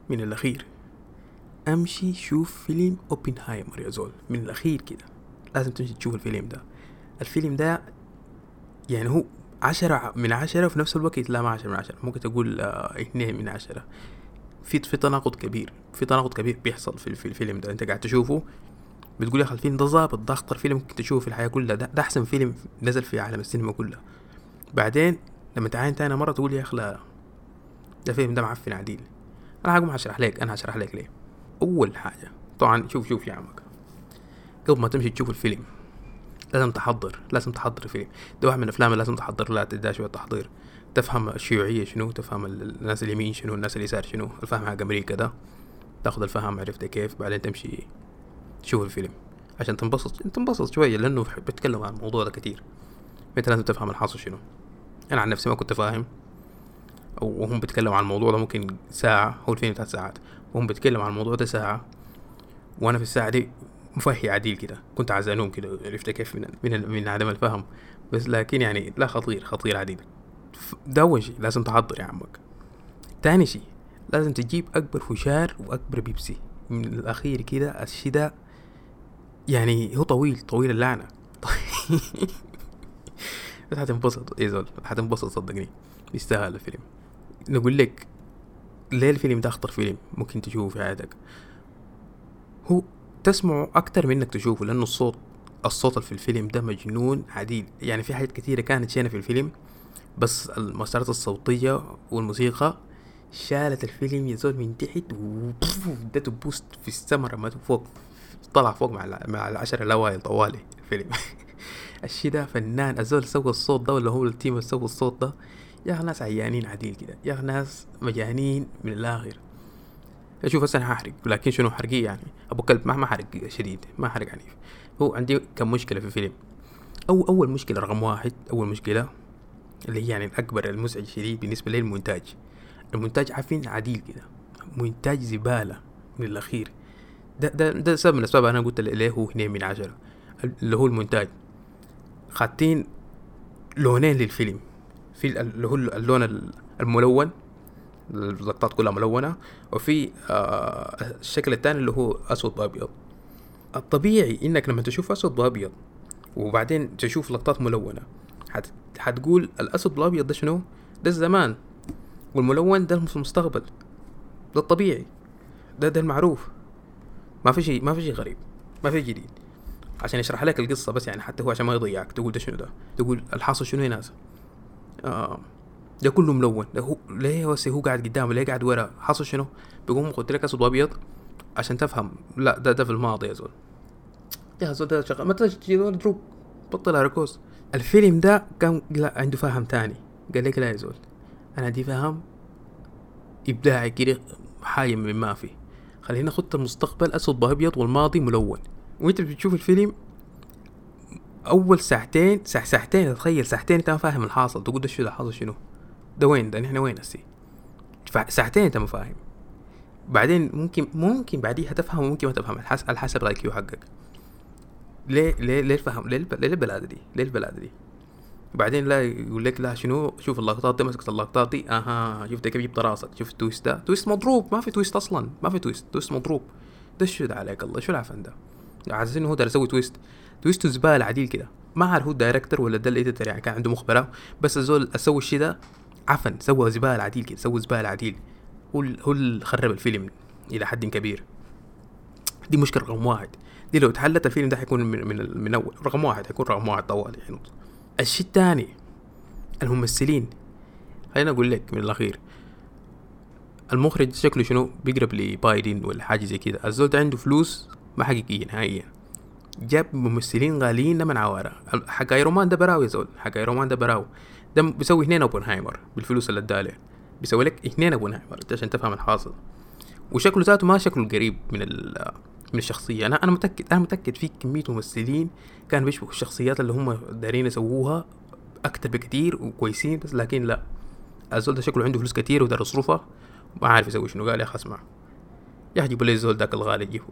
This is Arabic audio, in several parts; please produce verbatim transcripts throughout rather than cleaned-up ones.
من الاخير امشي شوف فيلم اوبنهايمر يا زول. من الاخير كده لازم تمشي تشوف الفيلم ده. الفيلم ده يعني هو عشرة من عشرة في نفس الوقت لا، ما عشرة من عشرة، ممكن تقول آه اثنين من عشرة. في في تناقض كبير، في تناقض كبير بيحصل في, في الفيلم ده. انت قاعد تشوفه بتقول يا اخي الفيلم ده ظابط، ده اخطر فيلم ممكن تشوفه في الحياة كلها، ده, ده احسن فيلم نزل في عالم السينما كلها. بعدين لما تعاين تاني مرة تقول يا اخي لا، ده فيلم ده معفن عديل. انا هقوم هشرح لك انا هشرح لك ليه. اول حاجة طبعا شوف شوف يا عمك، قبل ما تمشي تشوف الفيلم لازم تحضر، لازم تحضر الفيلم ده. واحد من الافلام اللي لازم تحضر لها تديها شويه تحضير، تفهم الشيوعيه شنو، تفهم الناس اليمين شنو، الناس اليسار شنو، الفهم حق امريكا ده تاخذ الفهم، عرفت كيف؟ بعدين تمشي تشوف الفيلم عشان تنبسط تنبسط شويه، لانه بيتكلم عن الموضوع ده كتير. انت لازم تفهم الحاصل شنو. انا عن نفسي ما كنت فاهم، وهم بيتكلموا عن الموضوع ده ممكن ساعه، هو الفيلم ثلاث ساعات وهم بيتكلموا عن الموضوع ده ساعه، وانا في الساعه دي مفهي عديل كده، كنت عزانوم كده، عرفت كيف؟ من من من عدم الفهم. بس لكن يعني لا، خطير خطير عديل. ده اول شيء لازم تحضر يا عمك. تاني شيء لازم تجيب اكبر فشار واكبر بيبسي. من الاخير كده الشيء ده يعني هو طويل طويل اللعنه بس هتنبسط ايه زول، هتنبسط صدقني، يستاهل الفيلم. نقول لك ليه الفيلم ده اخطر فيلم ممكن تشوفه في حياتك. هو تسمعه اكتر من انك تشوفه، لانه الصوت الصوت اللي في الفيلم ده مجنون عديل. يعني في حاجات كتيرة كانت شينة في الفيلم، بس المؤثرات الصوتية والموسيقى شالت الفيلم يزول من تحت وادته بوست في السما، رمته فوق، طلع فوق مع الع- مع العشرة الاوائل طوالي الفيلم الشي ده فنان. الزول سوى الصوت ده ولا هو التيم اللي سوى الصوت ده؟ يا أخي ناس عيانين عديل كده، يا أخي ناس مجانين من الاخر. اشوف هسه انا هحرق، لكن شنو حرقيه يعني ابو كلب، ما ما حرق شديد، ما حرق عنيف. هو عندي كم مشكله في الفيلم. او اول مشكله رقم واحد، اول مشكله اللي هي يعني الاكبر المزعج شديد بالنسبه لي، المونتاج. المونتاج عفن عديل كده، مونتاج زباله من الاخير. ده ده ده سبب من الاسباب انا قلت ليه هو اثنين من عشرة. اللي هو المونتاج، خاتين لونين للفيلم، في اللي هو اللون الملون، اللقطات كلها ملونة، وفي آه الشكل الثاني اللي هو أسود بأبيض. الطبيعي إنك لما تشوف أسود بأبيض وبعدين تشوف لقطات ملونة حت... حتقول الأسود بالأبيض ده شنو؟ ده الزمان، والملون ده في المستقبل. ده الطبيعي، ده ده المعروف، ما في شيء، ما في شيء غريب، ما في جديد. عشان يشرح لك القصة بس، يعني حتى هو عشان ما يضيعك تقول ده شنو، ده تقول الحاصل شنو هنا. آه ده كله ملون، ده هو ليه هو هو قاعد قدامه، ليه قاعد ورا، حصل شنو؟ بيقوم قلت لك اسود وابيض عشان تفهم. لا ده ده في الماضي يا زول، يا زول ده شغال، ما تجي دروب، بطل اركوز. الفيلم ده كان لا عنده فهم تاني، قال لك لا يا زول انا دي فهم ابداعي كده، حاجه من ما في، خلينا ناخد المستقبل اسود وابيض والماضي ملون. وانت بتشوف الفيلم اول ساعتين ساعة ساعتين تخيل ساعتين انت ما فاهم الحاصل، تقول ده شو، ده حاصل شنو، ده وين، ده نحن وين هسي. ساعتين انت ما فاهم، بعدين ممكن ممكن بعديها تفهم وممكن ما تفهم، الحسب الحسب الاي كيو حقك. ليه ليه ليه الفهم، ليه ليه البلاد دي، ليه البلاد دي. بعدين لا يقول لك لا شنو، شوف اللقطات دي، مسكت اللقطات دي، اها شفت كيف جبت راسك، شوف التويست ده، تويست مضروب، ما في تويست اصلا، ما في تويست، تويست مضروب. ده شو ده عليك الله، شو العفن ده. عايز انه هو ده يسوي تويست، تويست زباله عديل كده. ما عارف هو الدايركتور ولا ده الايديتور، يعني كان عنده مخبره، بس الزول اسوي الشيء ده عفن، سوى زباله عديل كده، سوى زباله عديل. هو هو اللي خرب الفيلم الى حد كبير. دي مشكله رقم واحد. دي لو اتحلت الفيلم ده حيكون من من, من اول رقم واحد، حيكون رقم واحد طوال يعني. الشيء الثاني الممثلين. خلينا اقول لك من الاخير، المخرج شكله شنو، بيقرب لبايدن ولا حاجه زي كده. الزول ده عنده فلوس ما حقيقيه نهائيا، جاب ممثلين غاليين من عواره. حق ايرومان ده براو يا زول، حق ايرومان ده براو، ده بيسوي اثنين اوبنهايمر بالفلوس اللي اداله، بيسوي لك اثنين اوبنهايمر عشان تفهم الحاصل. وشكله ذاته ما شكله قريب من من الشخصيه. انا انا متاكد انا متاكد في كميه ممثلين كان بيشبهوا الشخصيات اللي هم دارين يسووها اكتر بكتير وكويسين، بس لكن لا، الزول ده شكله عنده فلوس كتير ودار يصرفها وما عارف يسوي شنو. قال يا اخي اسمع، يا جيبوا لي الزول داك الغالي جيبوا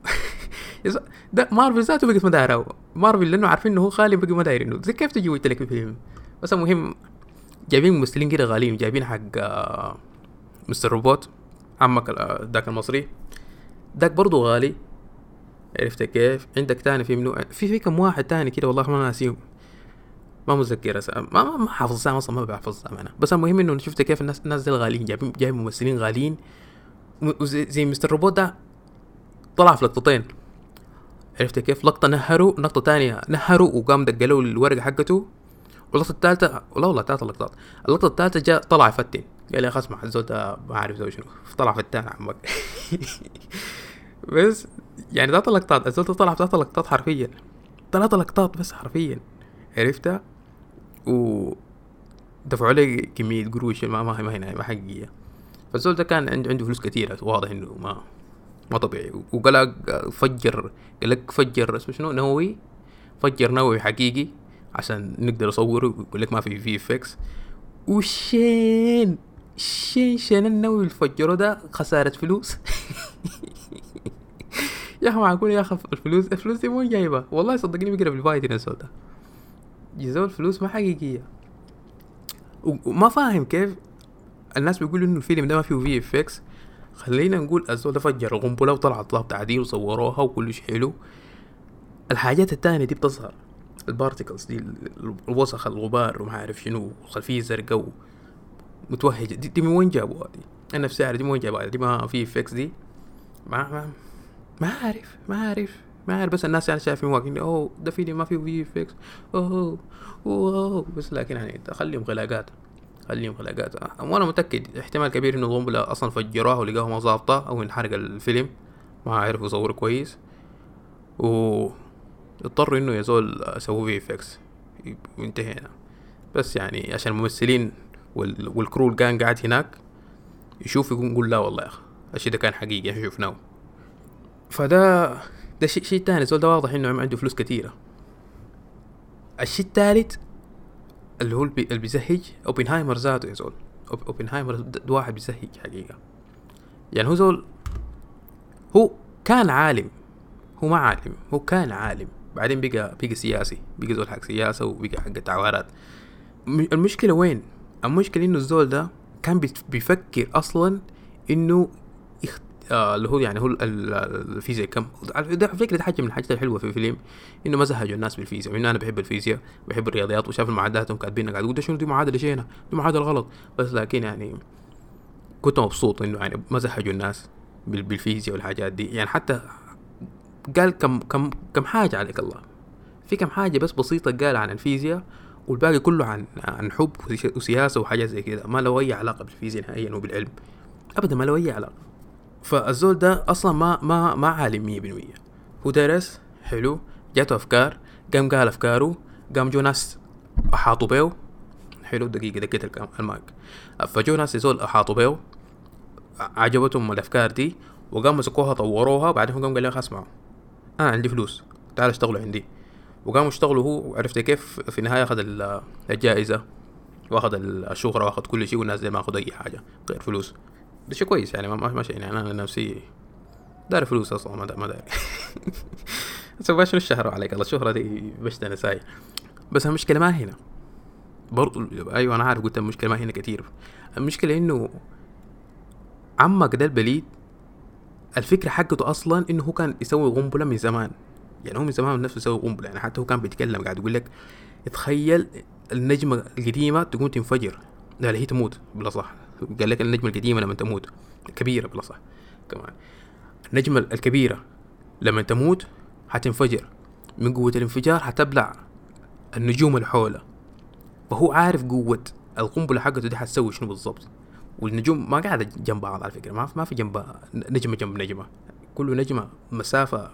ده مارفل ذاته بقت مدايره، مارفل لانه عارفين انه هو خالي بقى مدايرينه، زي كيف تجي ويتلك في فيلم. بس المهم جايبين ممثلين كده غاليين، جايبين حق مستر روبوت عمك ال- داك المصري داك برضو غالي. عرفت كيف؟ عندك تاني في منو في في كم واحد تاني كده والله ما ناسيهم، ما متذكر أس- ما ما ما حافظ اسامي اصلا، ما بحفظ اسامي انا. بس المهم انه شفت كيف الناس الناس دي الغاليين جايبين جايب ممثلين غاليين. م- وزي زي مستر روبوت ده طلع في لقطتين. عرفت كيف؟ لقطه نهروا، لقطه تانية نهروا وقام دقلوا الورقه حقته، واللقطه الثالثه والله والله ثلاث لقطات. اللقطه الثالثه جاء طلع يفتن، قال يا اخي اسمع الزول ده ما عارف زوج شنو، طلع فتان عمك. بس يعني ثلاث لقطات، الزول ده طلع ثلاث لقطات حرفيا، ثلاث لقطات بس حرفيا. عرفتها؟ و دفعوا لي كمية قروش ما ما ما هنا ما حقيقية. فالزول ده كان عنده عنده فلوس كتيرة، واضح انه ما ما طبيعي. وقال لك فجر، قال لك فجر اسمه شنو نووي، فجر نووي حقيقي عشان نقدر نصوره. يقول لك ما في في افكس. وشين شين شين النووي اللي فجره ده خسارة فلوس. يا اخي معقول يا اخي الفلوس الفلوس دي مو جايبة والله صدقني بيقرب الفايدين الزول ده. يزول فلوس ما حقيقية. وما فاهم كيف الناس بيقولوا انه الفيلم ده ما فيه في اف اكس. خلينا نقول الزول ده فجر القنبله وطلع طلاب تعديل وصوروها وكل شيء حلو. الحاجات التانية دي بتظهر، البارتيكلز دي، الوسخ الغبار وما عارف شنو، خلفيه زرقاء متوهجه دي, دي من وين جابوها دي؟ انا في سعر دي من وين جابوها دي؟ ما في اف اكس دي. ما ما ما عارف ما عارف ما عارف بس الناس يعني شايفين واقفين اوه ده فيلم ما فيه في اف اكس اوه اوه بس. لكن يعني خليهم غلاقات، خليهم خلاقات. وانا متاكد احتمال كبير انه القنبله اصلا فجروها ولقاها ما ظابطه او انحرق الفيلم ما عرفوا يصوروا كويس، و اضطروا انه يزول سووا في افكس وانتهينا. بس يعني عشان الممثلين وال... والكرو اللي كان قاعد هناك يشوف يقول لا والله يا اخي الشيء ده كان حقيقي احنا شفناه. فده ده شيء شيء تاني. زول ده واضح انه عنده فلوس كتيره. الشيء الثالث اللي هو اللي بيزهج اوبنهايمر ذاته يا زول. اوبنهايمر ده واحد بيزهج حقيقة. يعني هو زول هو كان عالم، هو ما عالم، هو كان عالم بعدين بقى بقى سياسي، بقى زول حق سياسة وبقى حق تعوارات. المشكلة وين؟ المشكلة انه الزول ده كان بيفكر اصلا انه يخت... آه اللي هو يعني هو الفيزياء كم ده فكرة. ده حاجة من الحاجات الحلوة في الفيلم انه ما زهجوا الناس بالفيزياء. وانه انا بحب الفيزياء بحب الرياضيات وشاف المعادلاتهم كاتبين قاعد يقول ده شنو دي معادلة شينا دي معادلة غلط. بس لكن يعني كنت مبسوط انه يعني ما زهجوا الناس بالفيزياء والحاجات دي. يعني حتى قال كم كم كم حاجة عليك الله، في كم حاجة بس بسيطة قال عن الفيزياء، والباقي كله عن عن حب وسياسة وحاجات زي كده ما له أي علاقة بالفيزياء نهائيا وبالعلم أبدا، ما له أي علاقة. فالزول ده أصلا ما ما ما عالم مية بالمية. هو درس حلو، جاته أفكار، قام قال أفكاره، قام جو ناس أحاطوا بيه. حلو دقيقة دقيقة المايك. فجو ناس يزول أحاطوا بيه عجبتهم الأفكار دي وقام مسكوها طوروها. بعدين قام قال لي اسمعوا أنا عندي فلوس تعال اشتغلوا عندي. وقاموا اشتغلوا هو. وعرفت كيف في النهاية أخذ الجائزة واخذ الشهرة واخذ كل شيء، والناس دي ما أخذ أي حاجة غير فلوس. ده شيء كويس يعني ما ما شيء يعني أنا نفسي دار فلوس أصلا ما دار ما دار. سوى شنو الشهرة عليك الله، الشهرة دي بشت أنا ساي. بس المشكلة ما هنا برضو. أيوة أنا عارف قلت المشكلة ما هنا كتير. المشكلة إنه عمك ده البليد الفكرة حقته أصلا إنه هو كان يسوي قنبلة من زمان. يعني هو من زمان من نفسه يسوي قنبلة. يعني حتى هو كان بيتكلم قاعد يقول لك تخيل النجمة القديمة تقوم تنفجر، لا هي تموت بلا صح. قال لك النجمة القديمة لما تموت كبيرة بلا صح كمان. النجمة الكبيرة لما تموت حتنفجر، من قوة الانفجار حتبلع النجوم اللي حوله. فهو عارف قوة القنبلة حقته دي حتسوي شنو بالضبط. والنجوم ما قاعدة جنب بعض على فكرة، ما ما في جنب نجمة جنب نجمة، كل نجمة مسافة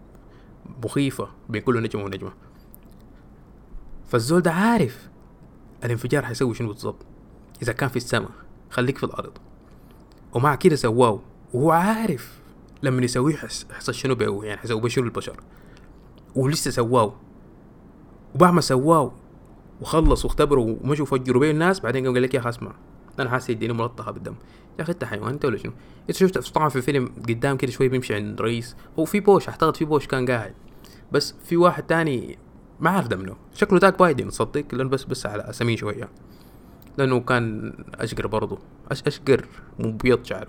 مخيفة بين كل نجمة ونجمة. فالزول ده عارف الانفجار حيسوي شنو بالضبط. إذا كان في السماء خليك في الأرض، ومع كده سواه. وهو عارف لما يسويه حصل شنو بيهو، يعني حيسوي بشر البشر، ولسه سواه. وبعد ما سواه وخلص واختبروا ومشوا فجروا بين الناس، بعدين قام قال لك يا أخي اسمع انا حاسس يديني ملطخه بالدم. يا اخي انت حيوان انت ولا شنو؟ انت شفت طبعا في الفيلم قدام كده شويه بيمشي عند رئيس، هو في بوش اعتقد في بوش كان قاعد، بس في واحد تاني ما عارف دمنه شكله داك بايدن تصدق، لانه بس بس على اسمين شويه، لانه كان اشقر برضه أش اشقر مبيض شعره.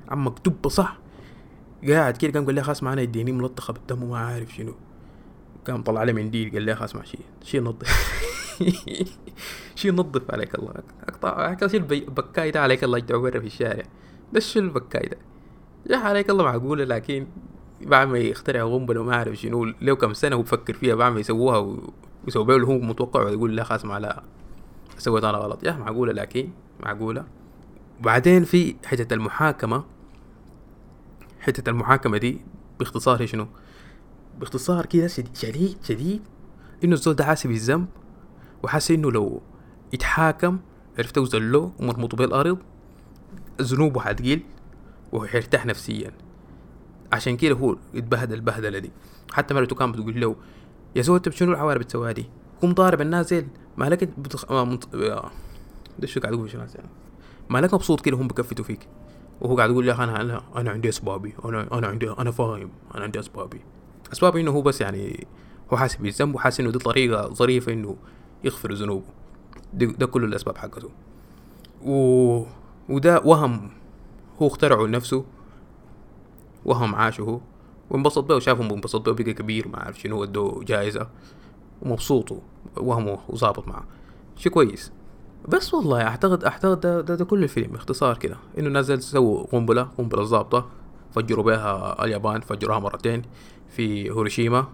عمك دب صح. قاعد كده قام قال لي خلاص معانا يديني ملطخه بالدم وما عارف شنو. قام طلع لي منديل قال لي خلاص مع شيء شيء نظف. شيء نظف عليك الله. اقطع هكذا شيء البكاي ده عليك الله يجعله برا في الشارع. ده شو البكاي ده يا عليك الله معقوله. لكن بعد ما يخترع قنبله وما عارف شنو لو كم سنه وبفكر فيها بعد ما يسووها ويسووا بيه اللي هو متوقع ويقول لا خلاص ما لا سويت انا غلط. يا معقوله لكن معقوله. بعدين في حته المحاكمه. حته المحاكمه دي باختصار هي شنو؟ باختصار كده شديد شديد انه الزول ده حاسب الذنب وحاسس انه لو يتحاكم عرفت توزن له ومرمطه بالارض ذنوبه حتقل وحيرتاح نفسيا. عشان كده هو يتبهدل البهدله دي. حتى مرته كانت بتقول له يا زول انت شنو العوارة بتسويها دي؟ قوم ضارب النازل مالك بتخ... ما منط... ده شو قاعد يقول شنو يعني مالك مبسوط كده هم بكفتوا فيك. وهو قاعد يقول يا اخي انا انا انا عندي اسبابي انا انا عندي انا فاهم انا عندي اسبابي. اسبابي انه هو بس يعني هو حاسب بالذنب وحاسس انه دي طريقه ظريفه انه يغفر ذنوبه. ده كل الاسباب حقته و... وده وهم هو اخترعه لنفسه. وهم عاشه هو وانبسط به وشافهم انبسط به بقى كبير ما عارف شنو ودوه جائزة ومبسوط وهمه وظابط معه شيء كويس. بس والله اعتقد اعتقد ده, ده, ده كل الفيلم باختصار كده انه نزل سووا قنبلة قنبلة ظابطة فجروا بها اليابان فجروها مرتين في هيروشيما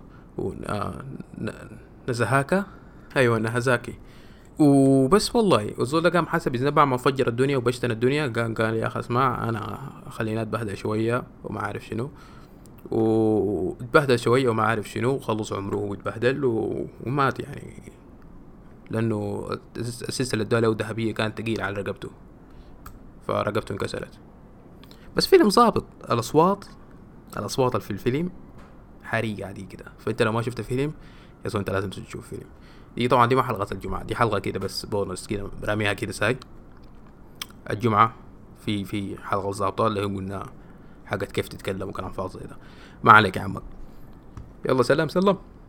ونازاكا ايوه نازاكي وبس. والله الزول ده قام حسب اذا بعد ما فجر الدنيا وبشتن الدنيا قال قال يا اخي اسمع انا خلينا اتبهدل شويه وما عارف شنو واتبهدل شويه وما عارف شنو وخلص عمره واتبهدل ومات يعني لانه السلسله الدولة والذهبيه كانت تقيل على رقبته فرقبته انكسرت. بس فيلم ظابط. الاصوات الاصوات في الفيلم حريقه عادي كده. فانت لو ما شفت فيلم يا زول انت لازم تشوف فيلم. دي طبعا دي ما حلقة الجمعة دي حلقة كده بس بونس كده براميها كده ساي. الجمعة في في حلقة الزابطة اللي هو قلنا حاجة كيف تتكلم وكلام فاضي ده. ما عليك يا عمك. يلا سلام سلام.